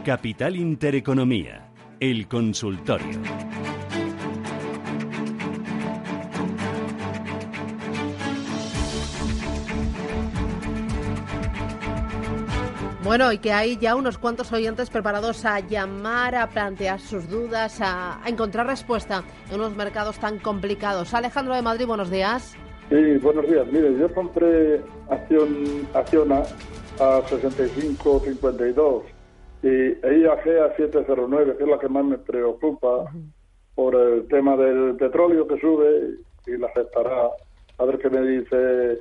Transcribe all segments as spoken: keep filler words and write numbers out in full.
Capital Intereconomía, el consultorio. Bueno, y que hay ya unos cuantos oyentes preparados a llamar, a plantear sus dudas, a, a encontrar respuesta en unos mercados tan complicados. Alejandro de Madrid, buenos días. Sí, buenos días. Mire, yo compré acción Acciona a sesenta y cinco cincuenta y dos y I A G a siete cero nueve, que es la que más me preocupa uh-huh. por el tema del petróleo que sube y la aceptará. A ver qué me dice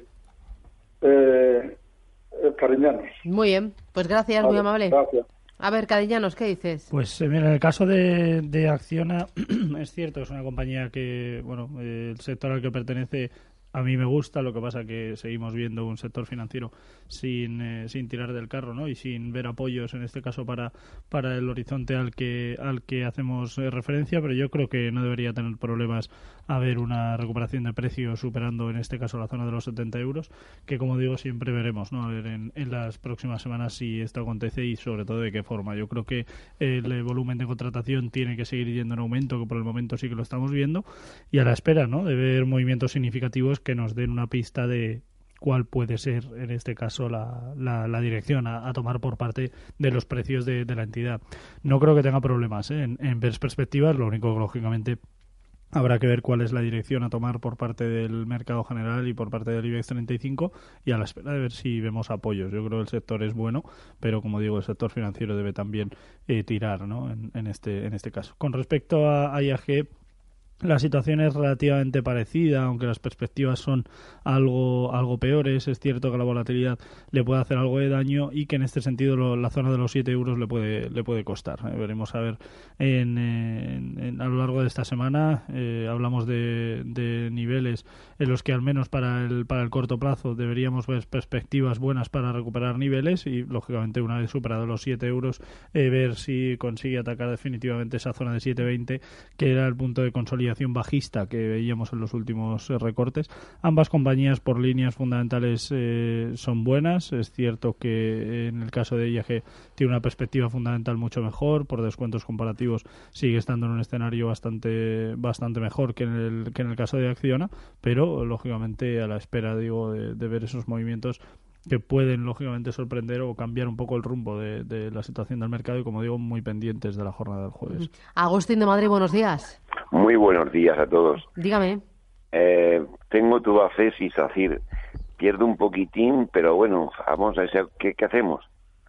eh, Cariñanos. Muy bien, pues gracias, vale, muy amable. Gracias. A ver, Cariñanos, ¿qué dices? Pues eh, mira, en el caso de, de Acciona, es cierto, es una compañía que, bueno, eh, el sector al que pertenece a mí me gusta, lo que pasa que seguimos viendo un sector financiero sin eh, sin tirar del carro, ¿no? Y sin ver apoyos, en este caso, para para el horizonte al que al que hacemos eh, referencia, pero yo creo que no debería tener problemas haber una recuperación de precios superando, en este caso, la zona de los setenta euros, que, como digo, siempre veremos, ¿no? A ver en, en las próximas semanas si esto acontece y, sobre todo, de qué forma. Yo creo que el volumen de contratación tiene que seguir yendo en aumento, que por el momento sí que lo estamos viendo, y a la espera, ¿no?, de ver movimientos significativos que nos den una pista de cuál puede ser, en este caso, la, la, la dirección a, a tomar por parte de los precios de, de la entidad. No creo que tenga problemas ¿eh? en, en ver perspectivas, lo único que, lógicamente, habrá que ver cuál es la dirección a tomar por parte del mercado general y por parte del IBEX treinta y cinco, y a la espera de ver si vemos apoyos. Yo creo que el sector es bueno, pero, como digo, el sector financiero debe también eh, tirar, ¿no?, en, en, este, en este caso. Con respecto a, a I A G, la situación es relativamente parecida, aunque las perspectivas son algo algo peores. Es cierto que la volatilidad le puede hacer algo de daño y que, en este sentido, lo, la zona de los siete euros le puede le puede costar. Eh, veremos a ver en, en, en, a lo largo de esta semana. Eh, hablamos de, de niveles en los que, al menos para el para el corto plazo, deberíamos ver perspectivas buenas para recuperar niveles y, lógicamente, una vez superado los siete euros, eh, ver si consigue atacar definitivamente esa zona de siete veinte, que era el punto de consolidación bajista que veíamos en los últimos eh, recortes. Ambas compañías, por líneas fundamentales, eh, son buenas. Es cierto que en el caso de I A G tiene una perspectiva fundamental mucho mejor, por descuentos comparativos sigue estando en un escenario bastante bastante mejor que en el que en el caso de Acciona, pero, lógicamente, a la espera, digo, de, de ver esos movimientos que pueden, lógicamente, sorprender o cambiar un poco el rumbo de, de la situación del mercado y, como digo, muy pendientes de la jornada del jueves. Agustín de Madrid, buenos días. Muy buenos días a todos. Dígame. Eh, tengo Tubacex y SACIR. Pierdo un poquitín, pero bueno, vamos a ver qué, qué hacemos.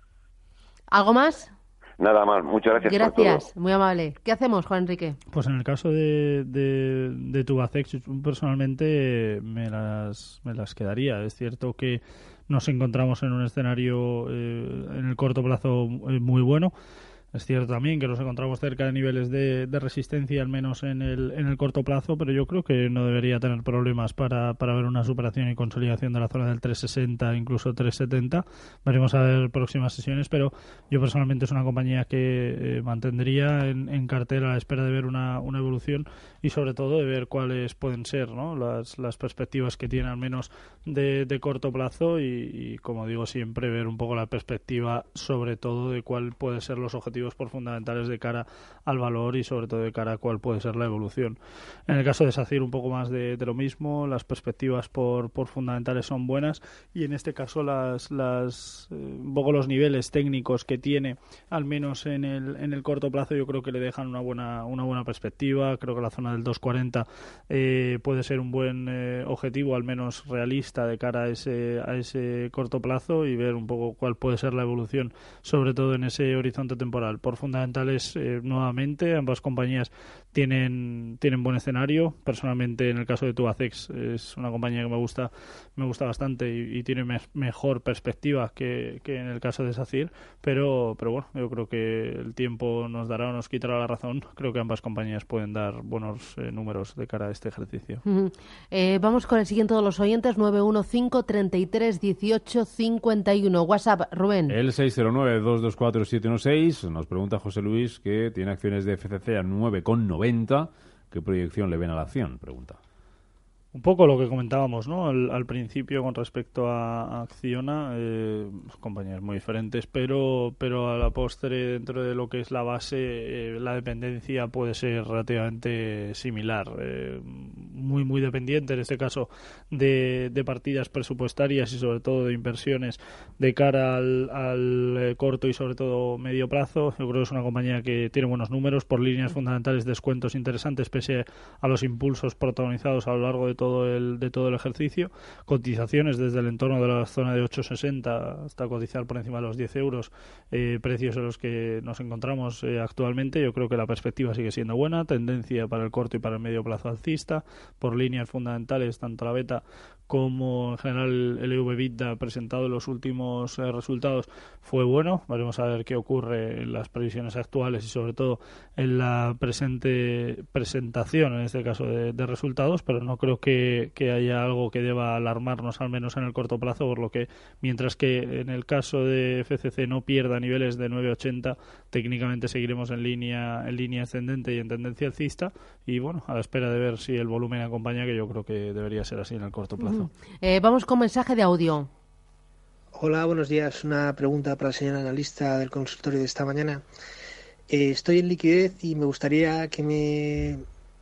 ¿Algo más? Nada más, muchas gracias. Gracias, por todo. Muy amable. ¿Qué hacemos, Juan Enrique? Pues en el caso de, de, de Tubacex, personalmente me las, me las quedaría. Es cierto que nos encontramos en un escenario eh, en el corto plazo eh, muy bueno. Es cierto también que nos encontramos cerca de niveles de, de resistencia, al menos en el, en el corto plazo, pero yo creo que no debería tener problemas para, para ver una superación y consolidación de la zona del tres sesenta, incluso tres setenta. Veremos a ver próximas sesiones, pero yo personalmente es una compañía que eh, mantendría en, en cartera a la espera de ver una, una evolución y, sobre todo, de ver cuáles pueden ser, ¿no?, las, las perspectivas que tiene, al menos de, de corto plazo y, y, como digo siempre, ver un poco la perspectiva, sobre todo, de cuál pueden ser los objetivos por fundamentales de cara al valor y, sobre todo, de cara a cuál puede ser la evolución. En el caso de SACIR, un poco más de, de lo mismo. Las perspectivas por, por fundamentales son buenas y, en este caso, las, las eh, un poco los niveles técnicos que tiene, al menos en el, en el corto plazo, yo creo que le dejan una buena una buena perspectiva. Creo que la zona del dos cuarenta eh, puede ser un buen eh, objetivo, al menos realista, de cara a ese, a ese corto plazo, y ver un poco cuál puede ser la evolución, sobre todo en ese horizonte temporal. Por fundamentales, eh, nuevamente, ambas compañías tienen tienen buen escenario. Personalmente, en el caso de Tubacex, es una compañía que me gusta me gusta bastante y, y tiene me mejor perspectiva que, que en el caso de SACIR, pero pero bueno, yo creo que el tiempo nos dará o nos quitará la razón. Creo que ambas compañías pueden dar buenos eh, números de cara a este ejercicio. Uh-huh. eh, vamos con el siguiente de los oyentes, nueve uno cinco, treinta y tres, dieciocho, cincuenta y uno. WhatsApp, Rubén. El seis cero nueve, dos dos cuatro, siete uno seis. Nos pregunta José Luis, que tiene acciones de F C C a nueve con noventa. ¿Qué proyección le ven a la acción? Pregunta. Un poco lo que comentábamos, ¿no? Al, al principio con respecto a, a Acciona, eh, compañías muy diferentes, pero pero a la postre, dentro de lo que es la base, eh, la dependencia puede ser relativamente similar. Eh, muy, muy dependiente, en este caso, de, de partidas presupuestarias y sobre todo de inversiones de cara al, al eh, corto y sobre todo medio plazo. Yo creo que es una compañía que tiene buenos números, por líneas fundamentales, descuentos interesantes, pese a los impulsos protagonizados a lo largo de todo el de todo el ejercicio, cotizaciones desde el entorno de la zona de ocho sesenta hasta cotizar por encima de los diez euros, eh, precios en los que nos encontramos eh, actualmente. Yo creo que la perspectiva sigue siendo buena, tendencia para el corto y para el medio plazo alcista, por líneas fundamentales, tanto la beta como en general el E V/EBITDA presentado en los últimos eh, resultados fue bueno. Veremos a ver qué ocurre en las previsiones actuales y sobre todo en la presente presentación, en este caso de, de resultados, pero no creo que, que haya algo que deba alarmarnos, al menos en el corto plazo, por lo que mientras que en el caso de F C C no pierda niveles de nueve ochenta, técnicamente seguiremos en línea en línea ascendente y en tendencia alcista, y bueno, a la espera de ver si el volumen acompaña, que yo creo que debería ser así en el corto plazo. Eh, vamos con mensaje de audio. Hola, buenos días. Una pregunta para el señor analista del consultorio de esta mañana. Eh, estoy en liquidez y me gustaría que me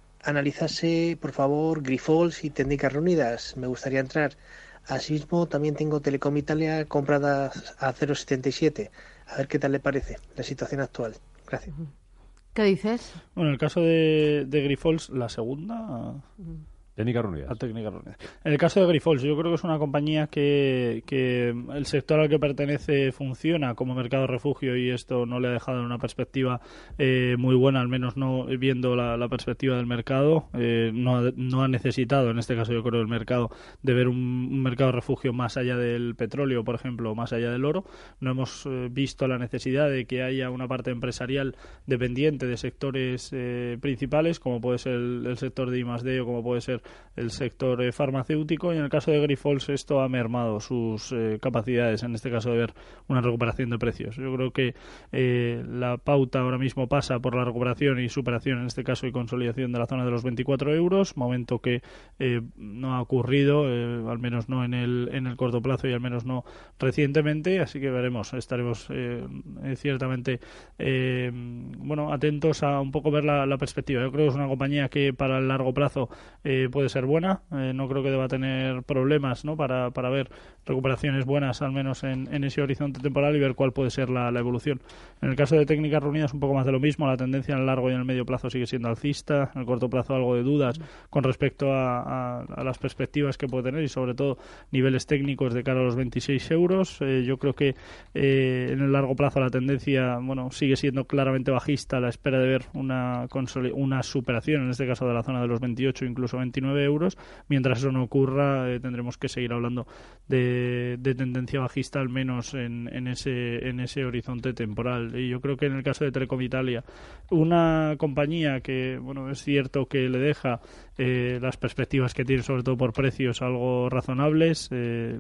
analizase, por favor, Grifols y Técnicas Reunidas. Me gustaría entrar. Asimismo, también tengo Telecom Italia comprada a cero coma setenta y siete. A ver qué tal le parece la situación actual. Gracias. ¿Qué dices? Bueno, en el caso de, de Grifols, la segunda... Técnicas Reunidas. A Técnicas Reunidas. En el caso de Grifols, yo creo que es una compañía que, que el sector al que pertenece funciona como mercado refugio, y esto no le ha dejado en una perspectiva eh, muy buena, al menos no viendo la, la perspectiva del mercado. Eh, no, ha, no ha necesitado, en este caso yo creo, el mercado de ver un, un mercado refugio más allá del petróleo, por ejemplo, más allá del oro. No hemos eh, visto la necesidad de que haya una parte empresarial dependiente de sectores eh, principales, como puede ser el, el sector de I más D o como puede ser el sector eh, farmacéutico, y en el caso de Grifols esto ha mermado sus eh, capacidades, en este caso de ver una recuperación de precios. Yo creo que eh, la pauta ahora mismo pasa por la recuperación y superación, en este caso, y consolidación de la zona de los veinticuatro euros, momento que eh, no ha ocurrido, eh, al menos no en el, en el corto plazo y al menos no recientemente, así que veremos, estaremos eh, ciertamente eh, bueno, atentos a un poco ver la, la perspectiva. Yo creo que es una compañía que para el largo plazo eh, puede ser buena, eh, no creo que deba tener problemas, ¿no?, para, para ver recuperaciones buenas, al menos en, en ese horizonte temporal, y ver cuál puede ser la, la evolución. En el caso de Técnicas Reunidas, un poco más de lo mismo, la tendencia en el largo y en el medio plazo sigue siendo alcista, en el corto plazo algo de dudas con respecto a, a, a las perspectivas que puede tener y sobre todo niveles técnicos de cara a los veintiséis euros. Eh, yo creo que eh, en el largo plazo la tendencia, bueno, sigue siendo claramente bajista a la espera de ver una, una superación, en este caso de la zona de los veintiocho, incluso veintinueve euros. Mientras eso no ocurra, eh, tendremos que seguir hablando de, de tendencia bajista, al menos en, en ese en ese horizonte temporal. Y yo creo que en el caso de Telecom Italia, una compañía que, bueno, es cierto que le deja eh, las perspectivas que tiene, sobre todo por precios, algo razonables. Eh,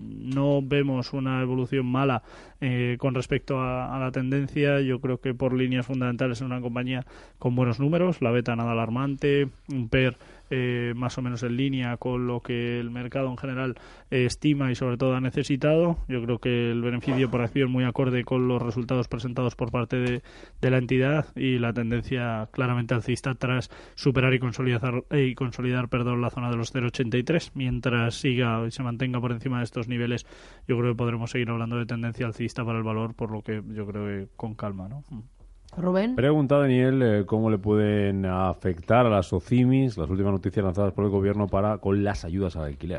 no vemos una evolución mala eh, con respecto a, a la tendencia. Yo creo que por líneas fundamentales es una compañía con buenos números, la beta nada alarmante, un P E R Eh, más o menos en línea con lo que el mercado en general eh, estima y sobre todo ha necesitado. Yo creo que el beneficio por acción muy acorde con los resultados presentados por parte de, de la entidad, y la tendencia claramente alcista tras superar y consolidar, eh, y consolidar perdón, la zona de los cero coma ochenta y tres. Mientras siga y se mantenga por encima de estos niveles, yo creo que podremos seguir hablando de tendencia alcista para el valor, por lo que yo creo que con calma, ¿no? Rubén. Pregunta Daniel eh, cómo le pueden afectar a las OCIMIS las últimas noticias lanzadas por el gobierno para con las ayudas al alquiler.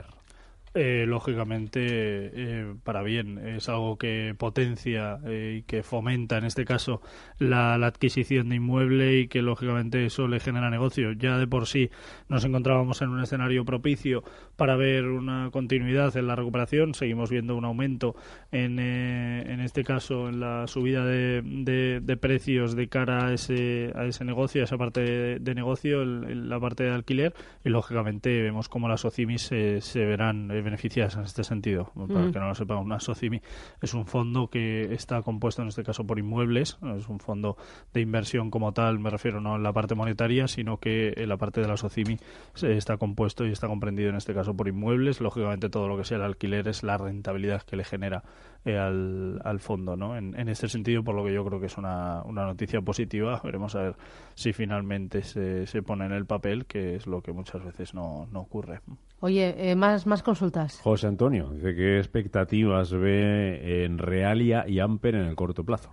Eh, lógicamente, eh, para bien, es algo que potencia eh, y que fomenta, en este caso, la, la adquisición de inmueble, y que, lógicamente, eso le genera negocio. Ya de por sí nos encontrábamos en un escenario propicio para ver una continuidad en la recuperación. Seguimos viendo un aumento, en, eh, en este caso, en la subida de, de, de precios de cara a ese, a ese negocio, a esa parte de, de negocio, el, el, la parte de alquiler, y, lógicamente, vemos cómo las OCIMIS se, se verán beneficiadas en este sentido. Para Mm. que no lo sepa, una SOCIMI es un fondo que está compuesto en este caso por inmuebles, es un fondo de inversión como tal, me refiero no en la parte monetaria, sino que en la parte de la SOCIMI está compuesto y está comprendido en este caso por inmuebles. Lógicamente todo lo que sea el alquiler es la rentabilidad que le genera eh, al, al fondo, ¿no? En, en este sentido, por lo que yo creo que es una, una noticia positiva. Veremos a ver si finalmente se, se pone en el papel, que es lo que muchas veces no, no ocurre. Oye, eh, más, más consultas. José Antonio dice: ¿qué expectativas ve en Realia y Amper en el corto plazo?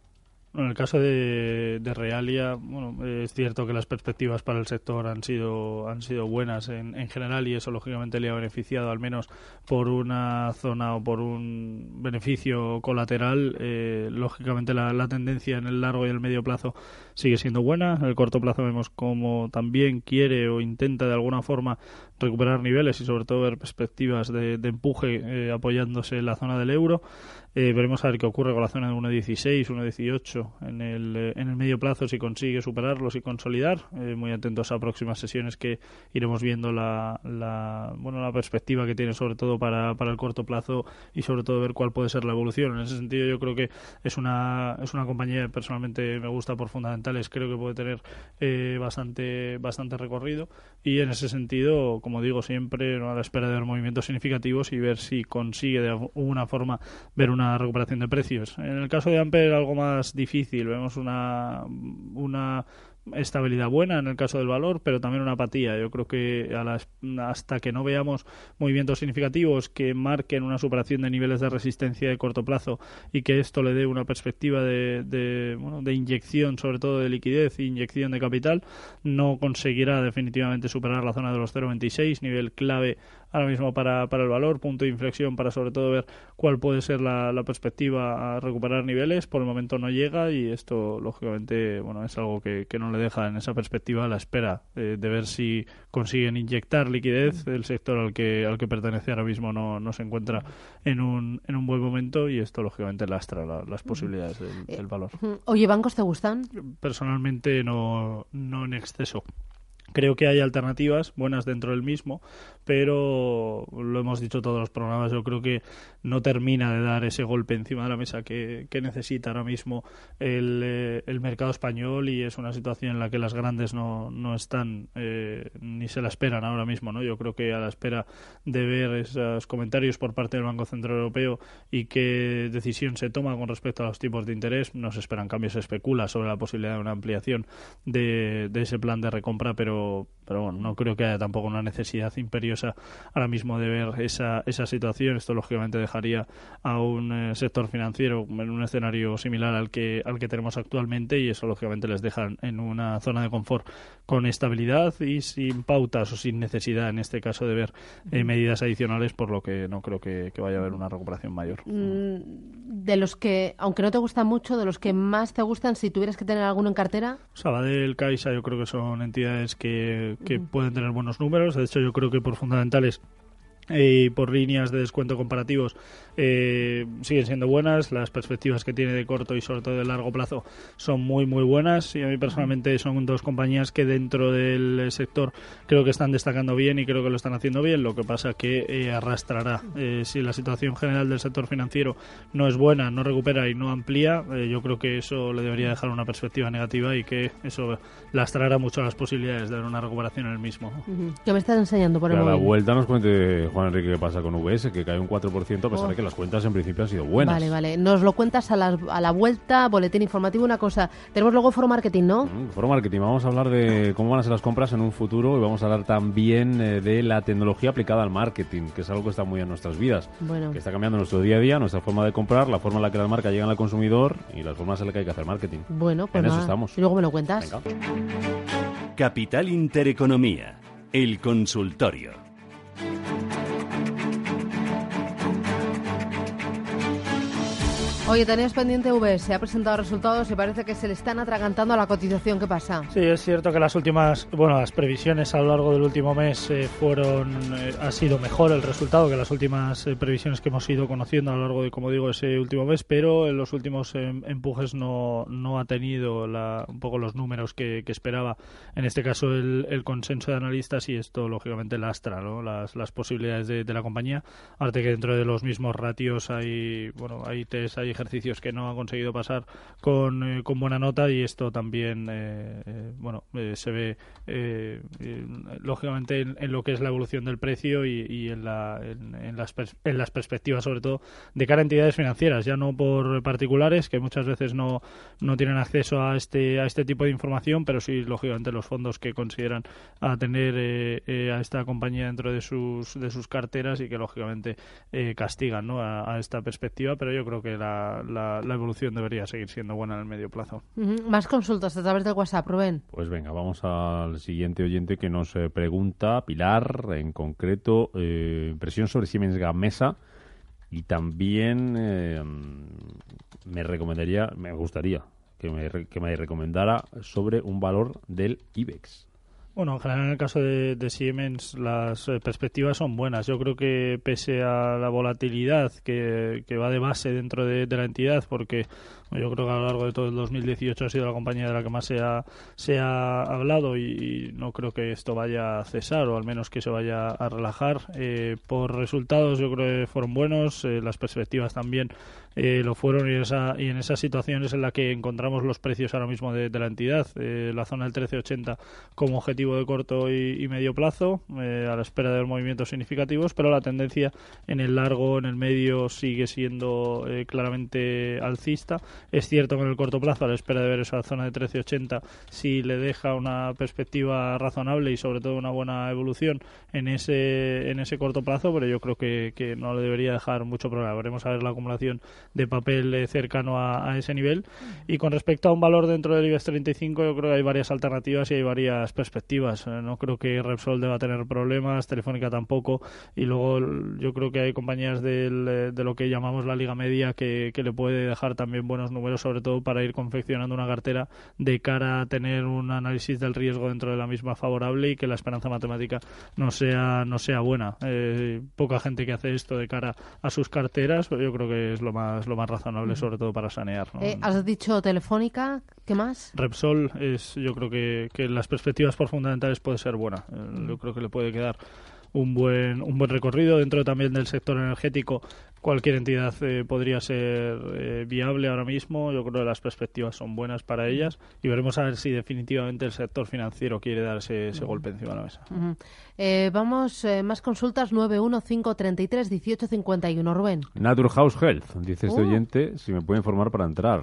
En el caso de, de Realia, bueno, es cierto que las perspectivas para el sector han sido han sido buenas en, en general, y eso lógicamente le ha beneficiado al menos por una zona o por un beneficio colateral. Eh, lógicamente la, la tendencia en el largo y el medio plazo sigue siendo buena. En el corto plazo vemos como también quiere o intenta de alguna forma recuperar niveles y sobre todo ver perspectivas de, de empuje eh, apoyándose en la zona del euro. Eh, veremos a ver qué ocurre con la zona de uno dieciséis, uno dieciocho en el, eh, en el medio plazo, si consigue superarlos y consolidar. Eh, muy atentos a próximas sesiones que iremos viendo la, la, bueno, la perspectiva que tiene sobre todo para, para el corto plazo y sobre todo ver cuál puede ser la evolución. En ese sentido yo creo que es una, es una compañía que personalmente me gusta por fundamentales, creo que puede tener eh, bastante, bastante recorrido, y en ese sentido, como digo siempre, ¿no?, a la espera de ver movimientos significativos y ver si consigue de alguna forma ver una recuperación de precios. En el caso de Amper algo más difícil, vemos una una estabilidad buena en el caso del valor, pero también una apatía. Yo creo que a las, hasta que no veamos movimientos significativos que marquen una superación de niveles de resistencia de corto plazo y que esto le dé una perspectiva de, de, bueno, de inyección, sobre todo de liquidez e inyección de capital, no conseguirá definitivamente superar la zona de los cero coma veintiséis, nivel clave ahora mismo para, para el valor, punto de inflexión para sobre todo ver cuál puede ser la, la perspectiva a recuperar niveles. Por el momento no llega, y esto lógicamente bueno es algo que, que no le deja en esa perspectiva a la espera eh, de ver si consiguen inyectar liquidez. El sector al que al que pertenece ahora mismo no, no se encuentra en un, en un buen momento, y esto lógicamente lastra la, las posibilidades del, del valor. Oye, ¿bancos te gustan? Personalmente no, no en exceso. Creo que hay alternativas buenas dentro del mismo, pero lo hemos dicho todos los programas, yo creo que no termina de dar ese golpe encima de la mesa que, que necesita ahora mismo el, eh, el mercado español, y es una situación en la que las grandes no, no están eh, ni se la esperan ahora mismo, ¿no? Yo creo que a la espera de ver esos comentarios por parte del Banco Central Europeo y qué decisión se toma con respecto a los tipos de interés, no se esperan cambios, se especula sobre la posibilidad de una ampliación de, de ese plan de recompra, pero pero bueno, no creo que haya tampoco una necesidad imperiosa ahora mismo de ver esa, esa situación. Esto lógicamente dejaría a un eh, sector financiero en un escenario similar al que al que tenemos actualmente, y eso lógicamente les deja en una zona de confort con estabilidad y sin pautas o sin necesidad en este caso de ver eh, medidas adicionales, por lo que no creo que, que vaya a haber una recuperación mayor. De los que, aunque no te gustan mucho, de los que más te gustan, si tuvieras que tener alguno en cartera. Sabadell, Caixa, yo creo que son entidades que, que uh-huh. pueden tener buenos números. De hecho, yo creo que por fundamentales y eh, por líneas de descuento comparativos eh, siguen siendo buenas. Las perspectivas que tiene de corto y sobre todo de largo plazo son muy muy buenas, y a mí personalmente son dos compañías que dentro del sector creo que están destacando bien y creo que lo están haciendo bien. Lo que pasa que eh, arrastrará eh, si la situación general del sector financiero no es buena, no recupera y no amplía, eh, yo creo que eso le debería dejar una perspectiva negativa y que eso lastrará mucho las posibilidades de ver una recuperación en el mismo. Uh-huh. ¿Qué me estás enseñando por el móvil? A la móvil? vuelta nos cuente Juan Enrique qué pasa con V S, que cae un cuatro por ciento a pesar oh. de que las cuentas en principio han sido buenas. Vale, vale. Nos lo cuentas a la, a la vuelta, boletín informativo. Una cosa, tenemos luego Foro Marketing, ¿no? Mm, Foro Marketing. Vamos a hablar de cómo van a ser las compras en un futuro, y vamos a hablar también eh, de la tecnología aplicada al marketing, que es algo que está muy en nuestras vidas, bueno. que está cambiando nuestro día a día, nuestra forma de comprar, la forma en la que las marcas llegan al consumidor y las formas en las que hay que hacer marketing. Bueno, pues en nada. eso estamos. Y luego me lo cuentas. Venga. Capital Intereconomía, el consultorio. Oye, tenías pendiente V S, ha presentado resultados y parece que se le están atragantando a la cotización. ¿Qué pasa? Sí, es cierto que las últimas, bueno, las previsiones a lo largo del último mes eh, fueron, eh, ha sido mejor el resultado que las últimas eh, previsiones que hemos ido conociendo a lo largo de, como digo, ese último mes, pero en los últimos eh, empujes no, no ha tenido la, un poco los números que, que esperaba, en este caso el, el consenso de analistas, y esto lógicamente lastra, ¿no?, las, las posibilidades de, de la compañía. Aparte que dentro de los mismos ratios hay, bueno, hay test, hay ejercicios que no han conseguido pasar con, eh, con buena nota, y esto también eh, eh, bueno eh, se ve eh, eh, lógicamente en, en lo que es la evolución del precio y, y en, la, en, en, las pers- en las perspectivas, sobre todo de cara a entidades financieras, ya no por particulares que muchas veces no, no tienen acceso a este a este tipo de información, pero sí lógicamente los fondos que consideran a tener eh, eh, a esta compañía dentro de sus de sus carteras, y que lógicamente eh, castigan, ¿no?, a, a esta perspectiva, pero yo creo que la La, la evolución debería seguir siendo buena en el medio plazo. Uh-huh. Más consultas a través del WhatsApp, Rubén. Pues venga, vamos al siguiente oyente que nos eh, pregunta, Pilar, en concreto, eh, impresión sobre Siemens Gamesa, y también eh, me recomendaría, me gustaría que me, que me recomendara sobre un valor del IBEX. Bueno, en general en el caso de, de Siemens las eh, perspectivas son buenas. Yo creo que pese a la volatilidad que, que va de base dentro de, de la entidad, porque yo creo que a lo largo de todo el dos mil dieciocho ha sido la compañía de la que más se ha, se ha hablado, y, y no creo que esto vaya a cesar, o al menos que se vaya a relajar. Eh, por resultados yo creo que fueron buenos, eh, las perspectivas también eh, lo fueron, y, esa, y en esas situaciones en la que encontramos los precios ahora mismo de, de la entidad, eh, la zona del trece ochenta como objetivo de corto y, y medio plazo, eh, a la espera de los movimientos significativos, pero la tendencia en el largo, en el medio, sigue siendo eh, claramente alcista. Es cierto que en el corto plazo, a la espera de ver esa zona de trece ochenta, si le deja una perspectiva razonable y sobre todo una buena evolución en ese en ese corto plazo, pero yo creo que, que no le debería dejar mucho problema. Veremos a ver la acumulación de papel eh, cercano a, a ese nivel. Y con respecto a un valor dentro del IBEX treinta y cinco, yo creo que hay varias alternativas y hay varias perspectivas. Eh, no creo que Repsol deba tener problemas, Telefónica tampoco, y luego yo creo que hay compañías del, de lo que llamamos la liga media que, que le puede dejar también buenos números, sobre todo para ir confeccionando una cartera de cara a tener un análisis del riesgo dentro de la misma favorable, y que la esperanza matemática no sea no sea buena. Eh, poca gente que hace esto de cara a sus carteras, pero yo creo que es lo más lo más razonable, sobre todo para sanear, ¿no? Eh, ¿Has dicho Telefónica? ¿Qué más? Repsol es, yo creo que, que las perspectivas por fundamentales puede ser buena. Eh, yo creo que le puede quedar un buen un buen recorrido dentro también del sector energético. Cualquier entidad eh, podría ser eh, viable ahora mismo. Yo creo que las perspectivas son buenas para ellas, y veremos a ver si definitivamente el sector financiero quiere dar ese, ese golpe encima de la mesa. Uh-huh. eh, vamos, eh, más consultas, nueve uno cinco tres tres uno ocho cinco uno, Rubén. Naturhaus Health, dice este Uh. oyente, si me puede informar para entrar.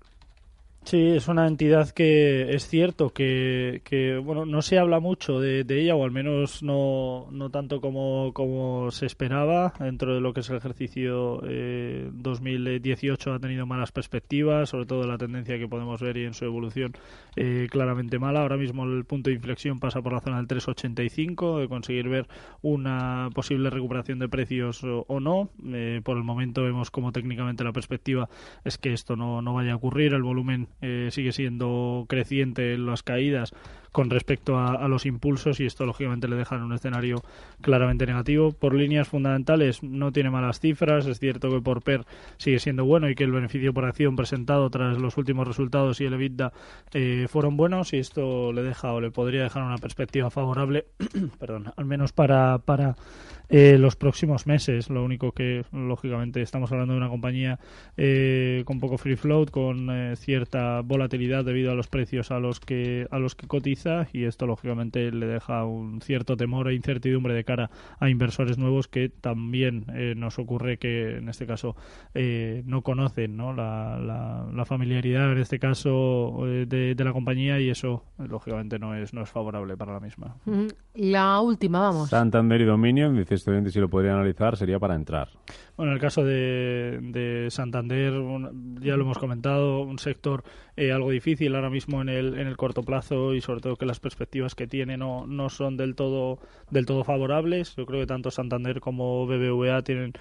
Sí, es una entidad que es cierto que, que bueno, no se habla mucho de, de ella, o al menos no, no tanto como, como se esperaba. Dentro de lo que es el ejercicio eh, dos mil dieciocho ha tenido malas perspectivas, sobre todo la tendencia que podemos ver y en su evolución eh, claramente mala. Ahora mismo el punto de inflexión pasa por la zona del tres ochenta y cinco, de conseguir ver una posible recuperación de precios o, o no. Eh, por el momento vemos como técnicamente la perspectiva es que esto no, no vaya a ocurrir. El volumen Eh, sigue siendo creciente en las caídas con respecto a, a los impulsos, y esto lógicamente le deja en un escenario claramente negativo. Por líneas fundamentales no tiene malas cifras. Es cierto que por P E R sigue siendo bueno, y que el beneficio por acción presentado tras los últimos resultados y el EBITDA eh, fueron buenos, y esto le deja o le podría dejar una perspectiva favorable perdón, al menos para, para eh, los próximos meses. Lo único que lógicamente estamos hablando de una compañía eh, con poco free float, con eh, cierta volatilidad debido a los precios a los que a los que cotiza, y esto lógicamente le deja un cierto temor e incertidumbre de cara a inversores nuevos que también eh, nos ocurre que en este caso eh, no conocen, ¿no?, la, la, la familiaridad en este caso eh, de, de la compañía, y eso eh, lógicamente no es no es favorable para la misma. Uh-huh. La última, vamos. Santander y Dominion, dice este oyente si lo podría analizar, sería para entrar. Bueno, en el caso de, de Santander, un, ya lo hemos comentado, un sector eh, algo difícil ahora mismo en el, en el corto plazo y sobre todo que las perspectivas que tiene no, no son del todo, del todo favorables. Yo creo que tanto Santander como B B V A tienen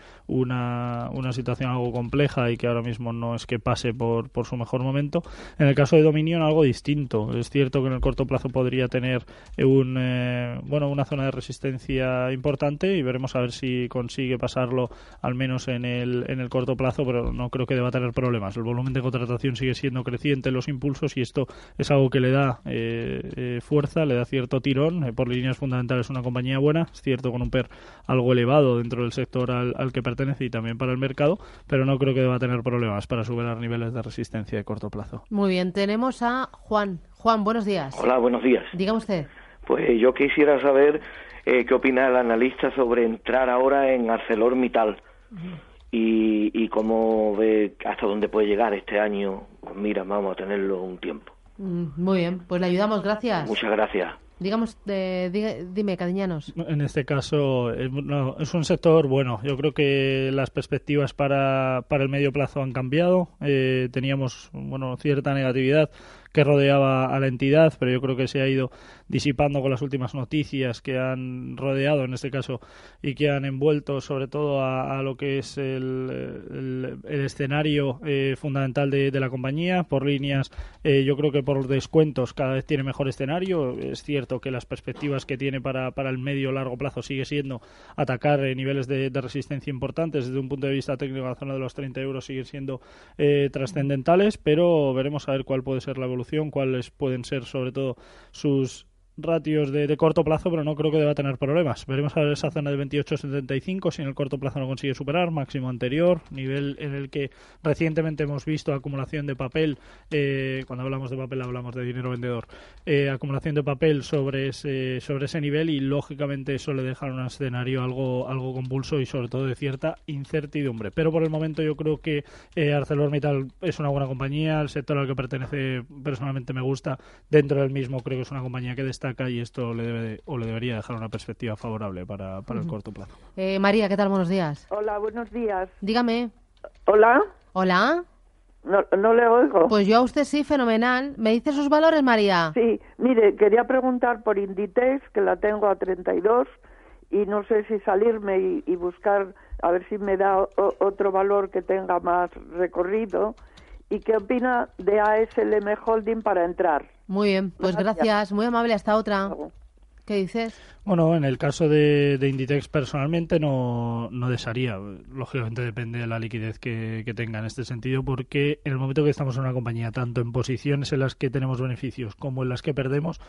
una, una situación algo compleja y que ahora mismo no es que pase por, por su mejor momento. En el caso de Dominion, algo distinto. Es cierto que en el corto plazo podría tener un, eh, bueno, una zona de resistencia importante y veremos a ver si consigue pasarlo al menos en el, en el corto plazo, pero no creo que deba tener problemas. El volumen de contratación sigue siendo creciente, los impulsos, y esto es algo que le da eh, eh, fuerza, le da cierto tirón. Eh, por líneas fundamentales es una compañía buena, es cierto con un P E R algo elevado dentro del sector al, al que pertenece y también para el mercado, pero no creo que deba tener problemas para superar niveles de resistencia de corto plazo. Muy bien, tenemos a Juan. Juan, buenos días. Hola, buenos días. Dígame usted. Pues yo quisiera saber eh, qué opina el analista sobre entrar ahora en ArcelorMittal. Uh-huh. y, y cómo ve hasta dónde puede llegar este año. Pues mira, vamos a tenerlo un tiempo. Mm, muy bien, pues le ayudamos, gracias. Muchas gracias. Digamos, eh, diga, dime, Cadiñanos. En este caso, eh, no, es un sector bueno. Yo creo que las perspectivas para, para el medio plazo han cambiado. Eh, teníamos, bueno, cierta negatividad que rodeaba a la entidad, pero yo creo que se ha ido disipando con las últimas noticias que han rodeado, en este caso, y que han envuelto sobre todo a, a lo que es el, el, el escenario eh, fundamental de, de la compañía. Por líneas, eh, yo creo que por descuentos cada vez tiene mejor escenario. Es cierto que las perspectivas que tiene para, para el medio largo plazo sigue siendo atacar eh, niveles de, de resistencia importantes. Desde un punto de vista técnico, la zona de los treinta euros siguen siendo eh, trascendentales, pero veremos a ver cuál puede ser la evolución, cuáles pueden ser sobre todo sus ratios de, de corto plazo, pero no creo que deba tener problemas. Veremos a ver esa zona de veintiocho setenta y cinco si en el corto plazo no consigue superar, máximo anterior, nivel en el que recientemente hemos visto acumulación de papel, eh, cuando hablamos de papel hablamos de dinero vendedor, eh, acumulación de papel sobre ese, sobre ese nivel, y lógicamente eso le deja un escenario algo, algo convulso y sobre todo de cierta incertidumbre. Pero por el momento yo creo que eh, ArcelorMittal es una buena compañía, el sector al que pertenece personalmente me gusta, dentro del mismo creo que es una compañía que destaca y esto le debe o le debería dejar una perspectiva favorable para, para uh-huh. el corto plazo. Eh, María, ¿qué tal? Buenos días. Hola, buenos días. Dígame. Hola. Hola. No, no le oigo. Pues yo a usted sí, fenomenal. ¿Me dice sus valores, María? Sí, mire, quería preguntar por Inditex, que la tengo a treinta y dos, y no sé si salirme y, y buscar, a ver si me da o, otro valor que tenga más recorrido. ¿Y qué opina de A S L M Holding para entrar? Muy bien, pues gracias. gracias. Muy amable, hasta otra. ¿Qué dices? Bueno, en el caso de, de Inditex personalmente no, no desearía. Lógicamente depende de la liquidez que, que tenga en este sentido, porque en el momento que estamos en una compañía, tanto en posiciones en las que tenemos beneficios como en las que perdemos,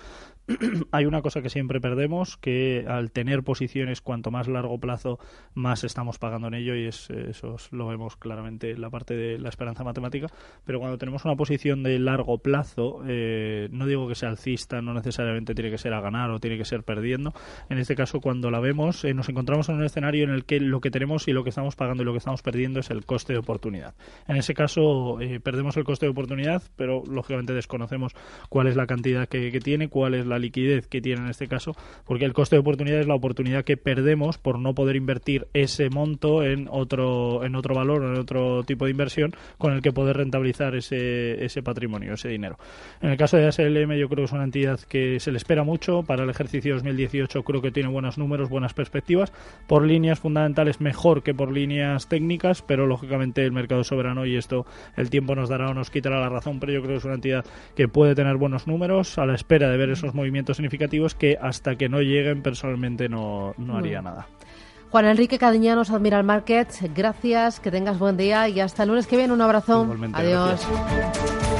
hay una cosa que siempre perdemos, que al tener posiciones cuanto más largo plazo, más estamos pagando en ello, y es, eso lo vemos claramente en la parte de la esperanza matemática. Pero cuando tenemos una posición de largo plazo, eh, no digo que sea alcista, no necesariamente tiene que ser a ganar o tiene que ser perdiendo. En este caso, cuando la vemos, eh, nos encontramos en un escenario en el que lo que tenemos y lo que estamos pagando y lo que estamos perdiendo es el coste de oportunidad. En ese caso, eh, perdemos el coste de oportunidad, pero lógicamente desconocemos cuál es la cantidad que, que tiene, cuál es la liquidez que tiene en este caso, porque el coste de oportunidad es la oportunidad que perdemos por no poder invertir ese monto en otro, en otro valor o en otro tipo de inversión con el que poder rentabilizar ese, ese patrimonio, ese dinero. En el caso de A S L M, yo creo que es una entidad que se le espera mucho para el ejercicio dos mil dieciocho. Creo que tiene buenos números, buenas perspectivas. Por líneas fundamentales mejor que por líneas técnicas, pero lógicamente el mercado es soberano y esto el tiempo nos dará o nos quitará la razón, pero yo creo que es una entidad que puede tener buenos números a la espera de ver esos movimientos significativos que hasta que no lleguen personalmente no, no haría no. nada. Juan Enrique Cadiñanos, Admiral Markets, gracias, que tengas buen día y hasta el lunes que viene. Un abrazo. Igualmente, adiós. Gracias.